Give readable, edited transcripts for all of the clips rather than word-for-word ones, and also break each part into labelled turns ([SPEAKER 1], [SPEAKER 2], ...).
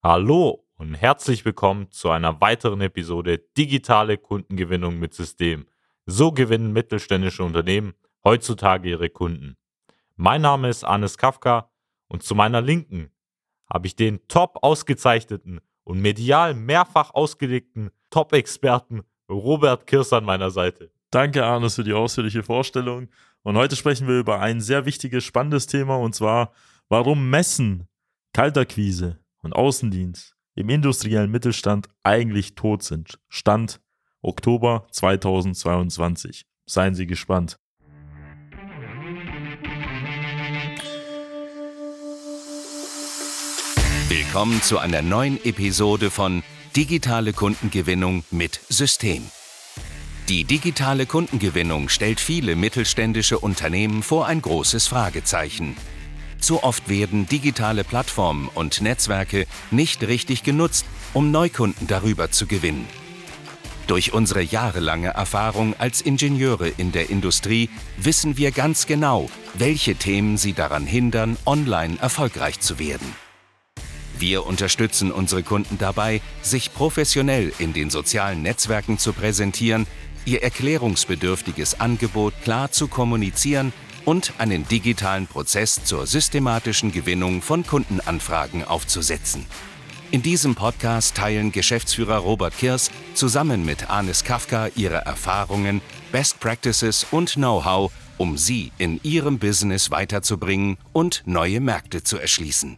[SPEAKER 1] Hallo und herzlich willkommen zu einer weiteren Episode Digitale Kundengewinnung mit System. So gewinnen mittelständische Unternehmen heutzutage ihre Kunden. Mein Name ist Anis Kafka und zu meiner Linken habe ich den top ausgezeichneten und medial mehrfach ausgelegten Top-Experten Robert Kirs an meiner Seite.
[SPEAKER 2] Danke, Arnes, für die ausführliche Vorstellung. Und heute sprechen wir über ein sehr wichtiges, spannendes Thema, und zwar, warum Messen, Kaltakquise und Außendienst im industriellen Mittelstand eigentlich tot sind. Stand Oktober 2022. Seien Sie gespannt.
[SPEAKER 3] Willkommen zu einer neuen Episode von Digitale Kundengewinnung mit System. Die digitale Kundengewinnung stellt viele mittelständische Unternehmen vor ein großes Fragezeichen. Zu oft werden digitale Plattformen und Netzwerke nicht richtig genutzt, um Neukunden darüber zu gewinnen. Durch unsere jahrelange Erfahrung als Ingenieure in der Industrie wissen wir ganz genau, welche Themen sie daran hindern, online erfolgreich zu werden. Wir unterstützen unsere Kunden dabei, sich professionell in den sozialen Netzwerken zu präsentieren, ihr erklärungsbedürftiges Angebot klar zu kommunizieren und einen digitalen Prozess zur systematischen Gewinnung von Kundenanfragen aufzusetzen. In diesem Podcast teilen Geschäftsführer Robert Kirs zusammen mit Anis Kafka ihre Erfahrungen, Best Practices und Know-how, um sie in ihrem Business weiterzubringen und neue Märkte zu erschließen.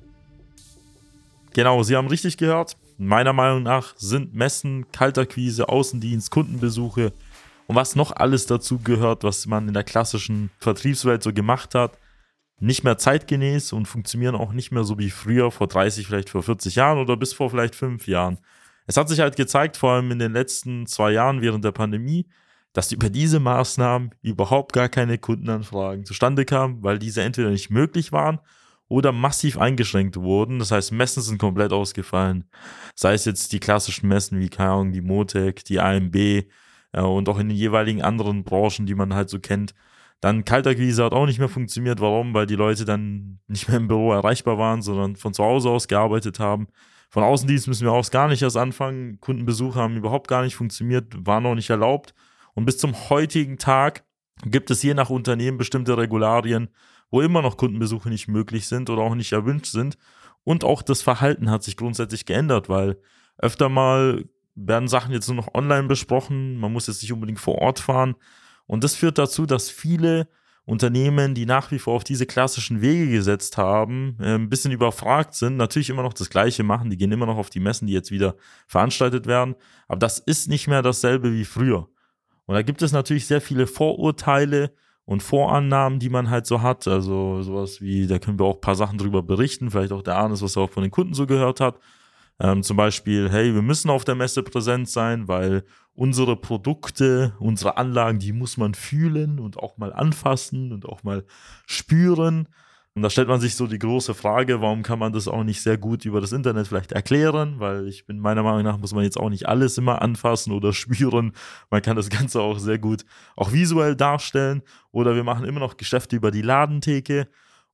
[SPEAKER 2] Genau, Sie haben richtig gehört. Meiner Meinung nach sind Messen, Kaltakquise, Außendienst, Kundenbesuche und was noch alles dazu gehört, was man in der klassischen Vertriebswelt so gemacht hat, nicht mehr zeitgemäß und funktionieren auch nicht mehr so wie früher, vor 30, vielleicht vor 40 Jahren oder bis vor vielleicht 5 Jahren. Es hat sich halt gezeigt, vor allem in den letzten 2 Jahren während der Pandemie, dass über diese Maßnahmen überhaupt gar keine Kundenanfragen zustande kamen, weil diese entweder nicht möglich waren oder massiv eingeschränkt wurden. Das heißt, Messen sind komplett ausgefallen. Sei es jetzt die klassischen Messen wie, keine Ahnung, die Motec, die AMB und auch in den jeweiligen anderen Branchen, die man halt so kennt. Dann Kaltakquise hat auch nicht mehr funktioniert. Warum? Weil die Leute dann nicht mehr im Büro erreichbar waren, sondern von zu Hause aus gearbeitet haben. Von Außendienst müssen wir auch gar nicht erst anfangen. Kundenbesuche haben überhaupt gar nicht funktioniert, waren auch nicht erlaubt. Und bis zum heutigen Tag gibt es je nach Unternehmen bestimmte Regularien, wo immer noch Kundenbesuche nicht möglich sind oder auch nicht erwünscht sind. Und auch das Verhalten hat sich grundsätzlich geändert, weil öfter mal werden Sachen jetzt nur noch online besprochen. Man muss jetzt nicht unbedingt vor Ort fahren. Und das führt dazu, dass viele Unternehmen, die nach wie vor auf diese klassischen Wege gesetzt haben, ein bisschen überfragt sind, natürlich immer noch das Gleiche machen. Die gehen immer noch auf die Messen, die jetzt wieder veranstaltet werden. Aber das ist nicht mehr dasselbe wie früher. Und da gibt es natürlich sehr viele Vorurteile und Vorannahmen, die man halt so hat. Also sowas wie, da können wir auch ein paar Sachen drüber berichten, vielleicht auch der Arnes, was er auch von den Kunden so gehört hat. Zum Beispiel, hey, wir müssen auf der Messe präsent sein, weil unsere Produkte, unsere Anlagen, die muss man fühlen und auch mal anfassen und auch mal spüren. Und da stellt man sich so die große Frage, warum kann man das auch nicht sehr gut über das Internet vielleicht erklären? Weil ich bin meiner Meinung nach, muss man jetzt auch nicht alles immer anfassen oder spüren. Man kann das Ganze auch sehr gut auch visuell darstellen. Oder wir machen immer noch Geschäfte über die Ladentheke.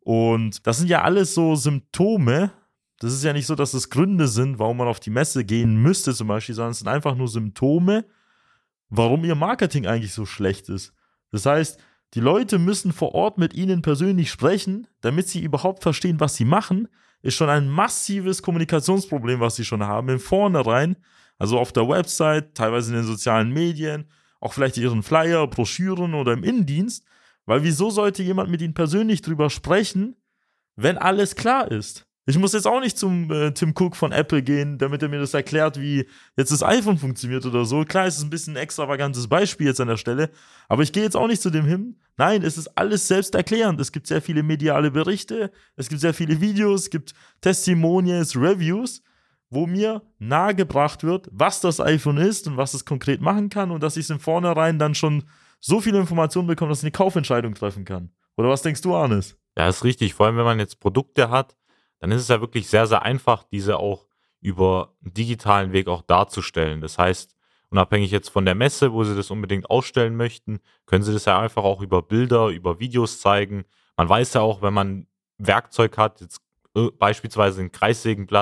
[SPEAKER 2] Und das sind ja alles so Symptome. Das ist ja nicht so, dass es Gründe sind, warum man auf die Messe gehen müsste zum Beispiel, sondern es sind einfach nur Symptome, warum ihr Marketing eigentlich so schlecht ist. Das heißt, die Leute müssen vor Ort mit ihnen persönlich sprechen, damit sie überhaupt verstehen, was sie machen, ist schon ein massives Kommunikationsproblem, was sie schon haben, im Vornherein, also auf der Website, teilweise in den sozialen Medien, auch vielleicht ihren Flyer, Broschüren oder im Innendienst, weil wieso sollte jemand mit ihnen persönlich drüber sprechen, wenn alles klar ist? Ich muss jetzt auch nicht zum Tim Cook von Apple gehen, damit er mir das erklärt, wie jetzt das iPhone funktioniert oder so. Klar, es ist ein bisschen ein extravagantes Beispiel jetzt an der Stelle, aber ich gehe jetzt auch nicht zu dem hin. Nein, es ist alles selbsterklärend. Es gibt sehr viele mediale Berichte, es gibt sehr viele Videos, es gibt Testimonials, Reviews, wo mir nahegebracht wird, was das iPhone ist und was es konkret machen kann und dass ich es im Vornherein dann schon so viele Informationen bekomme, dass ich eine Kaufentscheidung treffen kann. Oder was denkst du, Arnes?
[SPEAKER 1] Ja, ist richtig. Vor allem, wenn man jetzt Produkte hat, dann ist es ja wirklich sehr, sehr einfach, diese auch über einen digitalen Weg auch darzustellen. Das heißt, unabhängig jetzt von der Messe, wo sie das unbedingt ausstellen möchten, können sie das ja einfach auch über Bilder, über Videos zeigen. Man weiß ja auch, wenn man Werkzeug hat, jetzt beispielsweise ein Kreissägenblatt,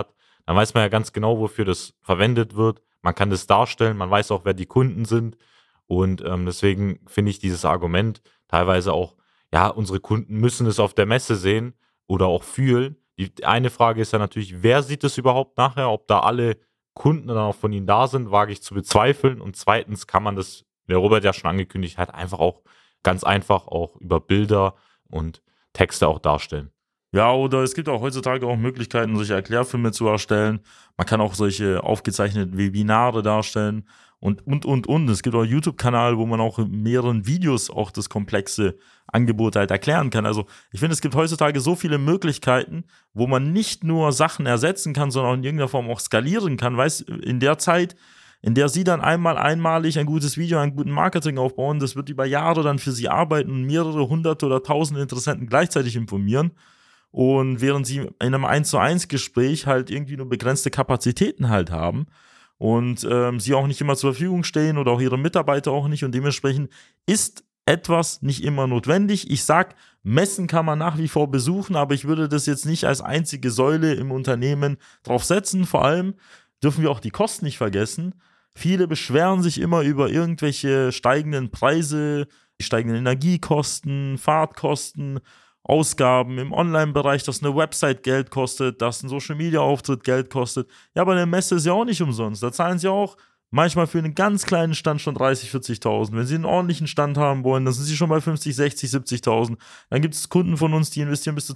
[SPEAKER 1] dann weiß man ja ganz genau, wofür das verwendet wird. Man kann das darstellen, man weiß auch, wer die Kunden sind. Und deswegen finde ich dieses Argument teilweise auch, ja, unsere Kunden müssen es auf der Messe sehen oder auch fühlen. Die eine Frage ist ja natürlich, wer sieht es überhaupt nachher? Ob da alle Kunden dann auch von ihnen da sind, wage ich zu bezweifeln. Und zweitens kann man das, wie der Robert ja schon angekündigt hat, einfach auch ganz einfach auch über Bilder und Texte auch darstellen.
[SPEAKER 2] Ja, oder es gibt auch heutzutage auch Möglichkeiten, solche Erklärfilme zu erstellen. Man kann auch solche aufgezeichneten Webinare darstellen und. Es gibt auch einen YouTube-Kanal, wo man auch in mehreren Videos auch das komplexe Angebot halt erklären kann. Also ich finde, es gibt heutzutage so viele Möglichkeiten, wo man nicht nur Sachen ersetzen kann, sondern auch in irgendeiner Form auch skalieren kann. Weißt, in der Zeit, in der sie dann einmalig ein gutes Video, einen guten Marketing aufbauen, das wird über Jahre dann für sie arbeiten und mehrere hunderte oder tausende Interessenten gleichzeitig informieren. Und während sie in einem 1:1 Gespräch halt irgendwie nur begrenzte Kapazitäten halt haben und sie auch nicht immer zur Verfügung stehen oder auch ihre Mitarbeiter auch nicht und dementsprechend ist etwas nicht immer notwendig. Ich sag, Messen kann man nach wie vor besuchen, aber ich würde das jetzt nicht als einzige Säule im Unternehmen drauf setzen. Vor allem dürfen wir auch die Kosten nicht vergessen. Viele beschweren sich immer über irgendwelche steigenden Preise, die steigenden Energiekosten, Fahrtkosten, Ausgaben im Online-Bereich, dass eine Website Geld kostet, dass ein Social-Media-Auftritt Geld kostet. Ja, aber eine Messe ist ja auch nicht umsonst. Da zahlen sie auch manchmal für einen ganz kleinen Stand schon 30.000, 40.000. Wenn sie einen ordentlichen Stand haben wollen, dann sind sie schon bei 50, 60, 70.000. Dann gibt es Kunden von uns, die investieren bis zu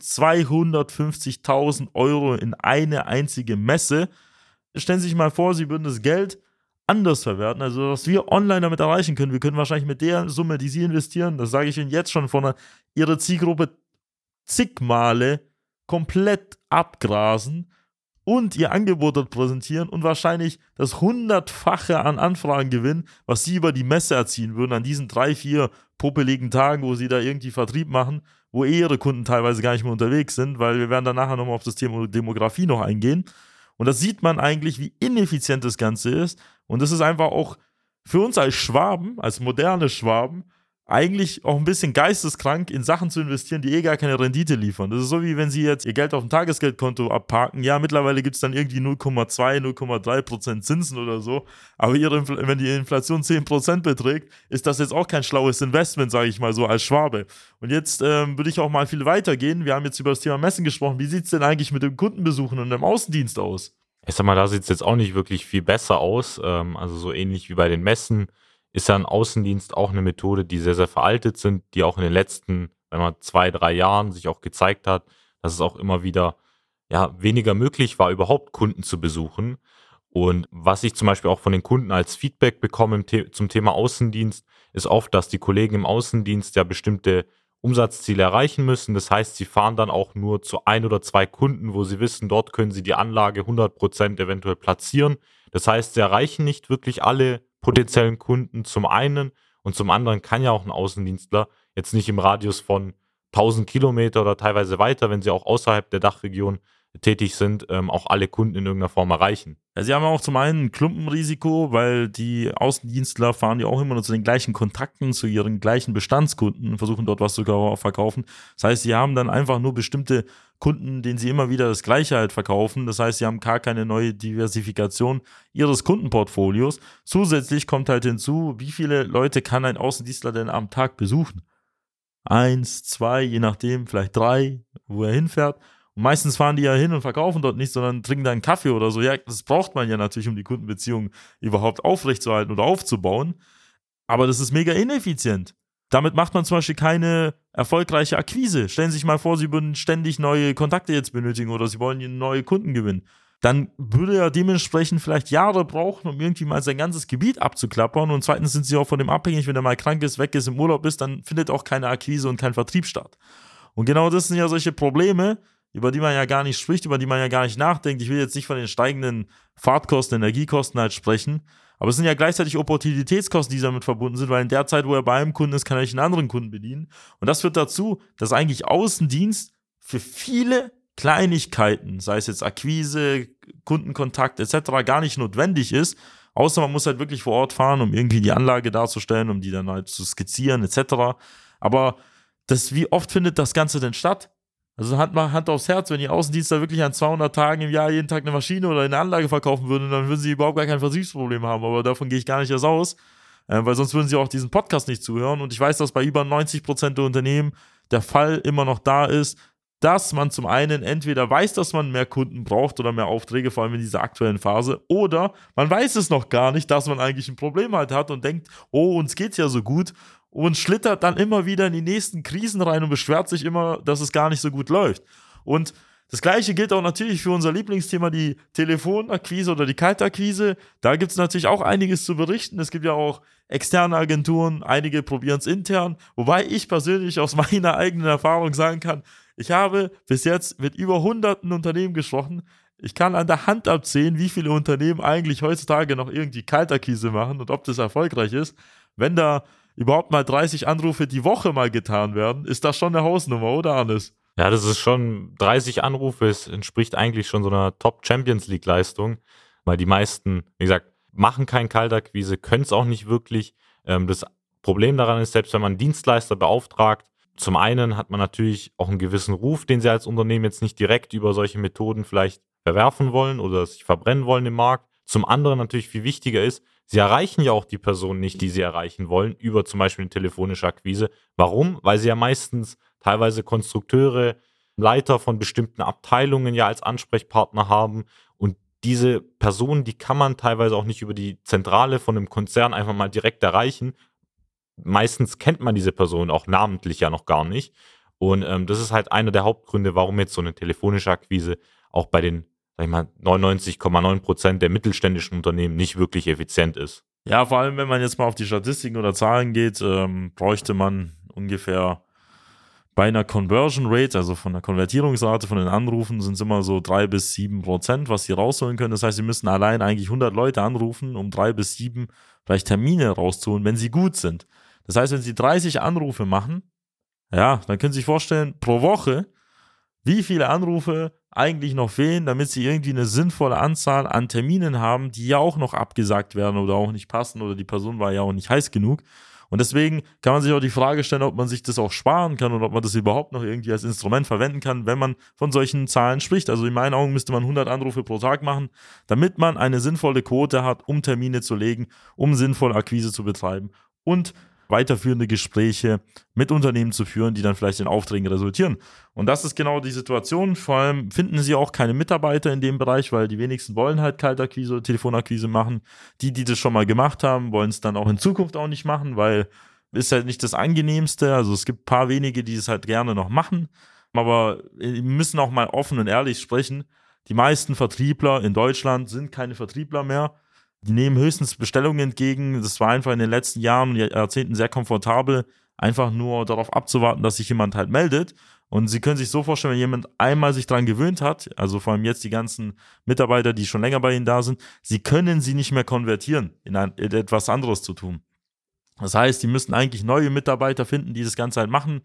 [SPEAKER 2] 250.000 Euro in eine einzige Messe. Stellen Sie sich mal vor, sie würden das Geld anders verwerten, also was wir online damit erreichen können. Wir können wahrscheinlich mit der Summe, die sie investieren, das sage ich Ihnen jetzt schon, ihre Zielgruppe zig Male komplett abgrasen und ihr Angebot dort präsentieren und wahrscheinlich das 100-fache an Anfragen gewinnen, was sie über die Messe erzielen würden an diesen 3, 4 popeligen Tagen, wo sie da irgendwie Vertrieb machen, wo ihre Kunden teilweise gar nicht mehr unterwegs sind, weil wir werden dann nachher nochmal auf das Thema Demografie noch eingehen. Und das sieht man eigentlich, wie ineffizient das Ganze ist. Und das ist einfach auch für uns als Schwaben, als moderne Schwaben, eigentlich auch ein bisschen geisteskrank, in Sachen zu investieren, die gar keine Rendite liefern. Das ist so, wie wenn Sie jetzt Ihr Geld auf dem Tagesgeldkonto abparken. Ja, mittlerweile gibt es dann irgendwie 0,2, 0,3% Zinsen oder so. Aber wenn die Inflation 10% beträgt, ist das jetzt auch kein schlaues Investment, sage ich mal so, als Schwabe. Und jetzt würde ich auch mal viel weitergehen. Wir haben jetzt über das Thema Messen gesprochen. Wie sieht es denn eigentlich mit dem Kundenbesuchen und dem Außendienst aus?
[SPEAKER 1] Ich sag mal, da sieht es jetzt auch nicht wirklich viel besser aus. Also so ähnlich wie bei den Messen ist ja ein Außendienst auch eine Methode, die sehr, sehr veraltet sind, die auch in den letzten 2, 3 Jahren sich auch gezeigt hat, dass es auch immer wieder weniger möglich war, überhaupt Kunden zu besuchen. Und was ich zum Beispiel auch von den Kunden als Feedback bekomme zum Thema Außendienst, ist oft, dass die Kollegen im Außendienst ja bestimmte Umsatzziele erreichen müssen. Das heißt, sie fahren dann auch nur zu 1 oder 2 Kunden, wo sie wissen, dort können sie die Anlage 100% eventuell platzieren. Das heißt, sie erreichen nicht wirklich alle potenziellen Kunden zum einen und zum anderen kann ja auch ein Außendienstler jetzt nicht im Radius von 1000 Kilometer oder teilweise weiter, wenn sie auch außerhalb der Dachregion tätig sind, auch alle Kunden in irgendeiner Form erreichen.
[SPEAKER 2] Ja, sie haben auch zum einen ein Klumpenrisiko, weil die Außendienstler fahren ja auch immer nur zu den gleichen Kontakten, zu ihren gleichen Bestandskunden und versuchen dort was zu verkaufen. Das heißt, sie haben dann einfach nur bestimmte Kunden, denen sie immer wieder das Gleiche halt verkaufen. Das heißt, sie haben gar keine neue Diversifikation ihres Kundenportfolios. Zusätzlich kommt halt hinzu, wie viele Leute kann ein Außendienstler denn am Tag besuchen? 1, 2, je nachdem, vielleicht 3, wo er hinfährt. Und meistens fahren die ja hin und verkaufen dort nicht, sondern trinken da einen Kaffee oder so. Ja, das braucht man ja natürlich, um die Kundenbeziehung überhaupt aufrechtzuerhalten oder aufzubauen. Aber das ist mega ineffizient. Damit macht man zum Beispiel keine erfolgreiche Akquise. Stellen Sie sich mal vor, Sie würden ständig neue Kontakte jetzt benötigen oder Sie wollen neue Kunden gewinnen. Dann würde er dementsprechend vielleicht Jahre brauchen, um irgendwie mal sein ganzes Gebiet abzuklappern. Und zweitens sind Sie auch von dem abhängig, wenn er mal krank ist, weg ist, im Urlaub ist, dann findet auch keine Akquise und kein Vertrieb statt. Und genau das sind ja solche Probleme, über die man ja gar nicht spricht, über die man ja gar nicht nachdenkt. Ich will jetzt nicht von den steigenden Fahrtkosten, Energiekosten halt sprechen, aber es sind ja gleichzeitig Opportunitätskosten, die damit verbunden sind, weil in der Zeit, wo er bei einem Kunden ist, kann er nicht einen anderen Kunden bedienen. Und das führt dazu, dass eigentlich Außendienst für viele Kleinigkeiten, sei es jetzt Akquise, Kundenkontakt etc., gar nicht notwendig ist, außer man muss halt wirklich vor Ort fahren, um irgendwie die Anlage darzustellen, um die dann halt zu skizzieren etc. Aber wie oft findet das Ganze denn statt? Also Hand aufs Herz, wenn die Außendienstler wirklich an 200 Tagen im Jahr jeden Tag eine Maschine oder eine Anlage verkaufen würden, dann würden sie überhaupt gar kein Vertriebsproblem haben. Aber davon gehe ich gar nicht erst aus, weil sonst würden sie auch diesen Podcast nicht zuhören. Und ich weiß, dass bei über 90% der Unternehmen der Fall immer noch da ist, dass man zum einen entweder weiß, dass man mehr Kunden braucht oder mehr Aufträge, vor allem in dieser aktuellen Phase, oder man weiß es noch gar nicht, dass man eigentlich ein Problem halt hat und denkt, oh, uns geht's ja so gut, und schlittert dann immer wieder in die nächsten Krisen rein und beschwert sich immer, dass es gar nicht so gut läuft. Und das Gleiche gilt auch natürlich für unser Lieblingsthema, die Telefonakquise oder die Kaltakquise. Da gibt es natürlich auch einiges zu berichten. Es gibt ja auch externe Agenturen, einige probieren es intern, wobei ich persönlich aus meiner eigenen Erfahrung sagen kann, ich habe bis jetzt mit über hunderten Unternehmen gesprochen. Ich kann an der Hand abzählen, wie viele Unternehmen eigentlich heutzutage noch irgendwie Kaltakquise machen und ob das erfolgreich ist. Wenn da überhaupt mal 30 Anrufe die Woche mal getan werden, ist das schon eine Hausnummer, oder Hannes?
[SPEAKER 1] Ja, das ist schon 30 Anrufe, es entspricht eigentlich schon so einer Top-Champions-League-Leistung, weil die meisten, wie gesagt, machen kein Kaltakquise, können es auch nicht wirklich. Das Problem daran ist, selbst wenn man Dienstleister beauftragt, zum einen hat man natürlich auch einen gewissen Ruf, den sie als Unternehmen jetzt nicht direkt über solche Methoden vielleicht verwerfen wollen oder sich verbrennen wollen im Markt. Zum anderen natürlich viel wichtiger ist, sie erreichen ja auch die Person nicht, die sie erreichen wollen, über zum Beispiel eine telefonische Akquise. Warum? Weil sie ja meistens teilweise Konstrukteure, Leiter von bestimmten Abteilungen ja als Ansprechpartner haben. Und diese Personen, die kann man teilweise auch nicht über die Zentrale von einem Konzern einfach mal direkt erreichen. Meistens kennt man diese Person auch namentlich ja noch gar nicht. Und das ist halt einer der Hauptgründe, warum jetzt so eine telefonische Akquise auch bei den, sag ich mal, 99,9% der mittelständischen Unternehmen nicht wirklich effizient ist.
[SPEAKER 2] Ja, vor allem, wenn man jetzt mal auf die Statistiken oder Zahlen geht, bräuchte man ungefähr bei einer Conversion Rate, also von der Konvertierungsrate von den Anrufen, sind es immer so 3-7%, was sie rausholen können. Das heißt, sie müssen allein eigentlich 100 Leute anrufen, um 3-7 vielleicht Termine rauszuholen, wenn sie gut sind. Das heißt, wenn sie 30 Anrufe machen, ja, dann können Sie sich vorstellen, pro Woche, wie viele Anrufe eigentlich noch fehlen, damit Sie irgendwie eine sinnvolle Anzahl an Terminen haben, die ja auch noch abgesagt werden oder auch nicht passen oder die Person war ja auch nicht heiß genug. Und deswegen kann man sich auch die Frage stellen, ob man sich das auch sparen kann und ob man das überhaupt noch irgendwie als Instrument verwenden kann, wenn man von solchen Zahlen spricht. Also in meinen Augen müsste man 100 Anrufe pro Tag machen, damit man eine sinnvolle Quote hat, um Termine zu legen, um sinnvoll Akquise zu betreiben und weiterführende Gespräche mit Unternehmen zu führen, die dann vielleicht in Aufträgen resultieren. Und das ist genau die Situation. Vor allem finden sie auch keine Mitarbeiter in dem Bereich, weil die wenigsten wollen halt Kaltakquise oder Telefonakquise machen. Die das schon mal gemacht haben, wollen es dann auch in Zukunft auch nicht machen, weil ist halt nicht das Angenehmste. Also es gibt ein paar wenige, die es halt gerne noch machen. Aber wir müssen auch mal offen und ehrlich sprechen. Die meisten Vertriebler in Deutschland sind keine Vertriebler mehr. Die nehmen höchstens Bestellungen entgegen. Das war einfach in den letzten Jahren und Jahrzehnten sehr komfortabel, einfach nur darauf abzuwarten, dass sich jemand halt meldet. Und Sie können sich so vorstellen, wenn jemand einmal sich dran gewöhnt hat, also vor allem jetzt die ganzen Mitarbeiter, die schon länger bei Ihnen da sind, Sie können sie nicht mehr konvertieren, in etwas anderes zu tun. Das heißt, die müssen eigentlich neue Mitarbeiter finden, die das Ganze halt machen.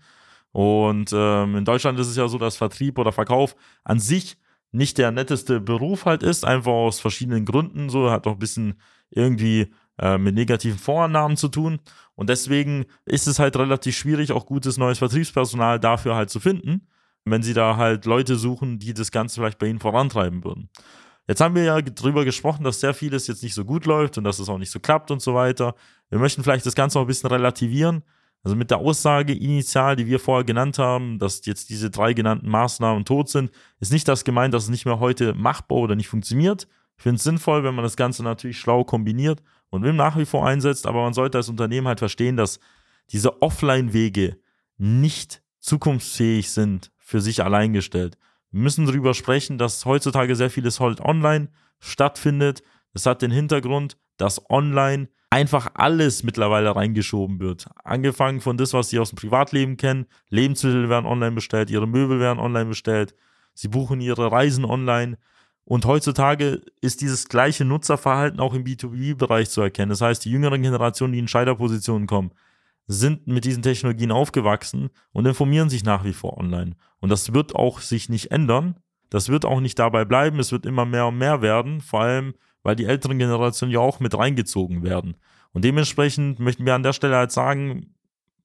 [SPEAKER 2] Und in Deutschland ist es ja so, dass Vertrieb oder Verkauf an sich nicht der netteste Beruf halt ist, einfach aus verschiedenen Gründen, so hat auch ein bisschen irgendwie mit negativen Vorannahmen zu tun und deswegen ist es halt relativ schwierig, auch gutes neues Vertriebspersonal dafür halt zu finden, wenn sie da halt Leute suchen, die das Ganze vielleicht bei ihnen vorantreiben würden. Jetzt haben wir ja drüber gesprochen, dass sehr vieles jetzt nicht so gut läuft und dass es auch nicht so klappt und so weiter. Wir möchten vielleicht das Ganze auch ein bisschen relativieren. Also mit der Aussage initial, die wir vorher genannt haben, dass jetzt diese 3 genannten Maßnahmen tot sind, ist nicht das gemeint, dass es nicht mehr heute machbar oder nicht funktioniert. Ich finde es sinnvoll, wenn man das Ganze natürlich schlau kombiniert und nach wie vor einsetzt, aber man sollte als Unternehmen halt verstehen, dass diese Offline-Wege nicht zukunftsfähig sind, für sich allein gestellt. Wir müssen darüber sprechen, dass heutzutage sehr vieles halt online stattfindet. Das hat den Hintergrund, dass online einfach alles mittlerweile reingeschoben wird. Angefangen von das, was Sie aus dem Privatleben kennen. Lebensmittel werden online bestellt, Ihre Möbel werden online bestellt. Sie buchen Ihre Reisen online. Und heutzutage ist dieses gleiche Nutzerverhalten auch im B2B-Bereich zu erkennen. Das heißt, die jüngeren Generationen, die in Scheiderpositionen kommen, sind mit diesen Technologien aufgewachsen und informieren sich nach wie vor online. Und das wird auch sich nicht ändern. Das wird auch nicht dabei bleiben. Es wird immer mehr und mehr werden, vor allem weil die älteren Generationen ja auch mit reingezogen werden. Und dementsprechend möchten wir an der Stelle halt sagen,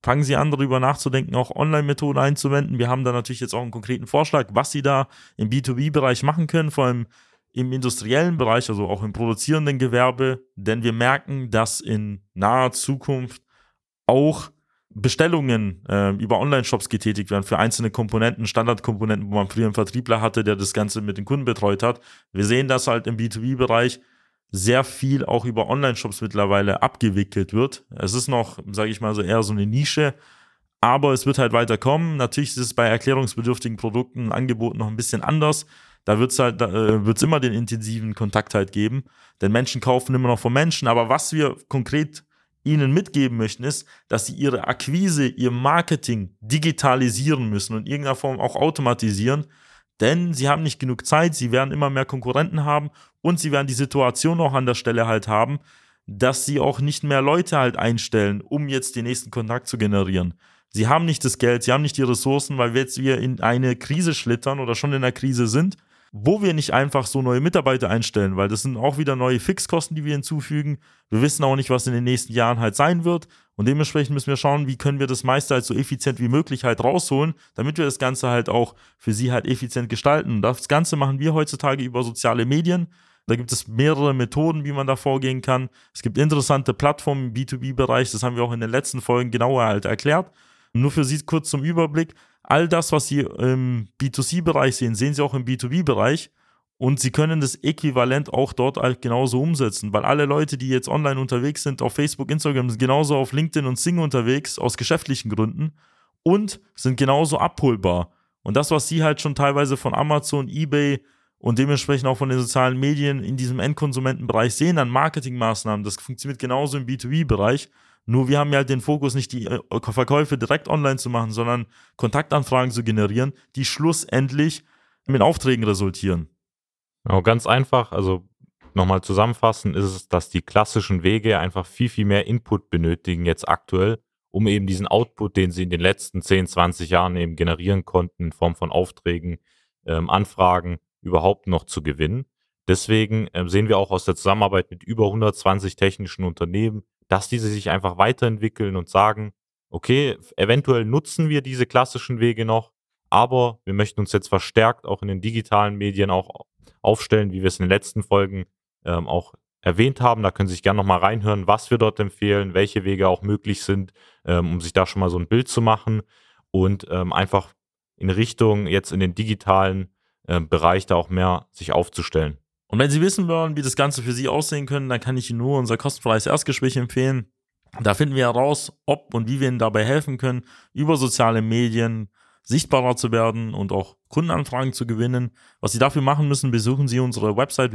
[SPEAKER 2] fangen Sie an, darüber nachzudenken, auch Online-Methoden einzuwenden. Wir haben da natürlich jetzt auch einen konkreten Vorschlag, was Sie da im B2B-Bereich machen können, vor allem im industriellen Bereich, also auch im produzierenden Gewerbe, denn wir merken, dass in naher Zukunft auch Bestellungen über Online-Shops getätigt werden für einzelne Komponenten, Standardkomponenten, wo man früher einen Vertriebler hatte, der das Ganze mit den Kunden betreut hat. Wir sehen, dass halt im B2B-Bereich sehr viel auch über Online-Shops mittlerweile abgewickelt wird. Es ist noch, sage ich mal so, eher so eine Nische, aber es wird halt weiterkommen. Natürlich ist es bei erklärungsbedürftigen Produkten und Angeboten noch ein bisschen anders. Da wird's immer den intensiven Kontakt halt geben, denn Menschen kaufen immer noch von Menschen. Aber was wir konkret Ihnen mitgeben möchten, ist, dass Sie Ihre Akquise, Ihr Marketing digitalisieren müssen und in irgendeiner Form auch automatisieren, denn Sie haben nicht genug Zeit, Sie werden immer mehr Konkurrenten haben und Sie werden die Situation auch an der Stelle halt haben, dass Sie auch nicht mehr Leute halt einstellen, um jetzt den nächsten Kontakt zu generieren. Sie haben nicht das Geld, Sie haben nicht die Ressourcen, weil wir in eine Krise schlittern oder schon in einer Krise sind, wo wir nicht einfach so neue Mitarbeiter einstellen, weil das sind auch wieder neue Fixkosten, die wir hinzufügen. Wir wissen auch nicht, was in den nächsten Jahren halt sein wird und dementsprechend müssen wir schauen, wie können wir das meiste halt so effizient wie möglich halt rausholen, damit wir das Ganze halt auch für Sie halt effizient gestalten. Und das Ganze machen wir heutzutage über soziale Medien. Da gibt es mehrere Methoden, wie man da vorgehen kann. Es gibt interessante Plattformen im B2B-Bereich, das haben wir auch in den letzten Folgen genauer halt erklärt. Nur für Sie kurz zum Überblick, all das, was Sie im B2C-Bereich sehen, sehen Sie auch im B2B-Bereich und Sie können das Äquivalent auch dort halt genauso umsetzen, weil alle Leute, die jetzt online unterwegs sind, auf Facebook, Instagram, sind genauso auf LinkedIn und Xing unterwegs, aus geschäftlichen Gründen und sind genauso abholbar. Und das, was Sie halt schon teilweise von Amazon, eBay und dementsprechend auch von den sozialen Medien in diesem Endkonsumentenbereich sehen an Marketingmaßnahmen, das funktioniert genauso im B2B-Bereich. Nur wir haben ja halt den Fokus, nicht die Verkäufe direkt online zu machen, sondern Kontaktanfragen zu generieren, die schlussendlich mit Aufträgen resultieren.
[SPEAKER 1] Genau, ganz einfach, also nochmal zusammenfassend ist es, dass die klassischen Wege einfach viel, viel mehr Input benötigen jetzt aktuell, um eben diesen Output, den sie in den letzten 10, 20 Jahren eben generieren konnten, in Form von Aufträgen, Anfragen, überhaupt noch zu gewinnen. Deswegen sehen wir auch aus der Zusammenarbeit mit über 120 technischen Unternehmen, dass diese sich einfach weiterentwickeln und sagen, okay, eventuell nutzen wir diese klassischen Wege noch, aber wir möchten uns jetzt verstärkt auch in den digitalen Medien auch aufstellen, wie wir es in den letzten Folgen auch erwähnt haben. Da können Sie sich gerne nochmal reinhören, was wir dort empfehlen, welche Wege auch möglich sind, um sich da schon mal so ein Bild zu machen und einfach in Richtung jetzt in den digitalen Bereich da auch mehr sich aufzustellen.
[SPEAKER 2] Und wenn Sie wissen wollen, wie das Ganze für Sie aussehen können, dann kann ich Ihnen nur unser kostenfreies Erstgespräch empfehlen. Da finden wir heraus, ob und wie wir Ihnen dabei helfen können, über soziale Medien sichtbarer zu werden und auch Kundenanfragen zu gewinnen. Was Sie dafür machen müssen, besuchen Sie unsere Website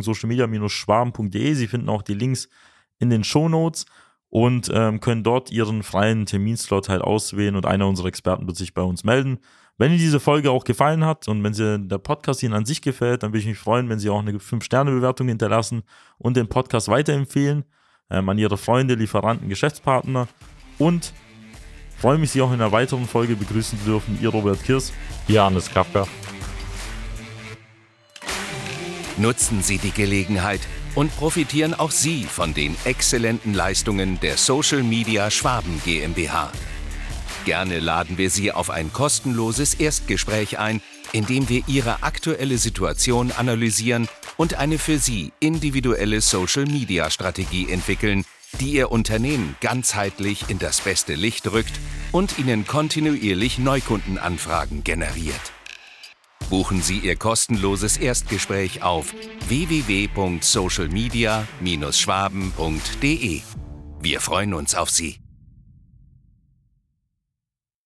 [SPEAKER 2] www.socialmedia-schwaben.de. Sie finden auch die Links in den Shownotes und können dort Ihren freien Terminslot halt auswählen und einer unserer Experten wird sich bei uns melden. Wenn Ihnen diese Folge auch gefallen hat und wenn der Podcast Ihnen an sich gefällt, dann würde ich mich freuen, wenn Sie auch eine 5-Sterne-Bewertung hinterlassen und den Podcast weiterempfehlen an Ihre Freunde, Lieferanten, Geschäftspartner und freue mich, Sie auch in einer weiteren Folge begrüßen zu dürfen. Ihr Robert Kirs.
[SPEAKER 1] Hier Hannes Kafka.
[SPEAKER 3] Nutzen Sie die Gelegenheit und profitieren auch Sie von den exzellenten Leistungen der Social Media Schwaben GmbH. Gerne laden wir Sie auf ein kostenloses Erstgespräch ein, in dem wir Ihre aktuelle Situation analysieren und eine für Sie individuelle Social-Media-Strategie entwickeln, die Ihr Unternehmen ganzheitlich in das beste Licht rückt und Ihnen kontinuierlich Neukundenanfragen generiert. Buchen Sie Ihr kostenloses Erstgespräch auf www.socialmedia-schwaben.de. Wir freuen uns auf Sie.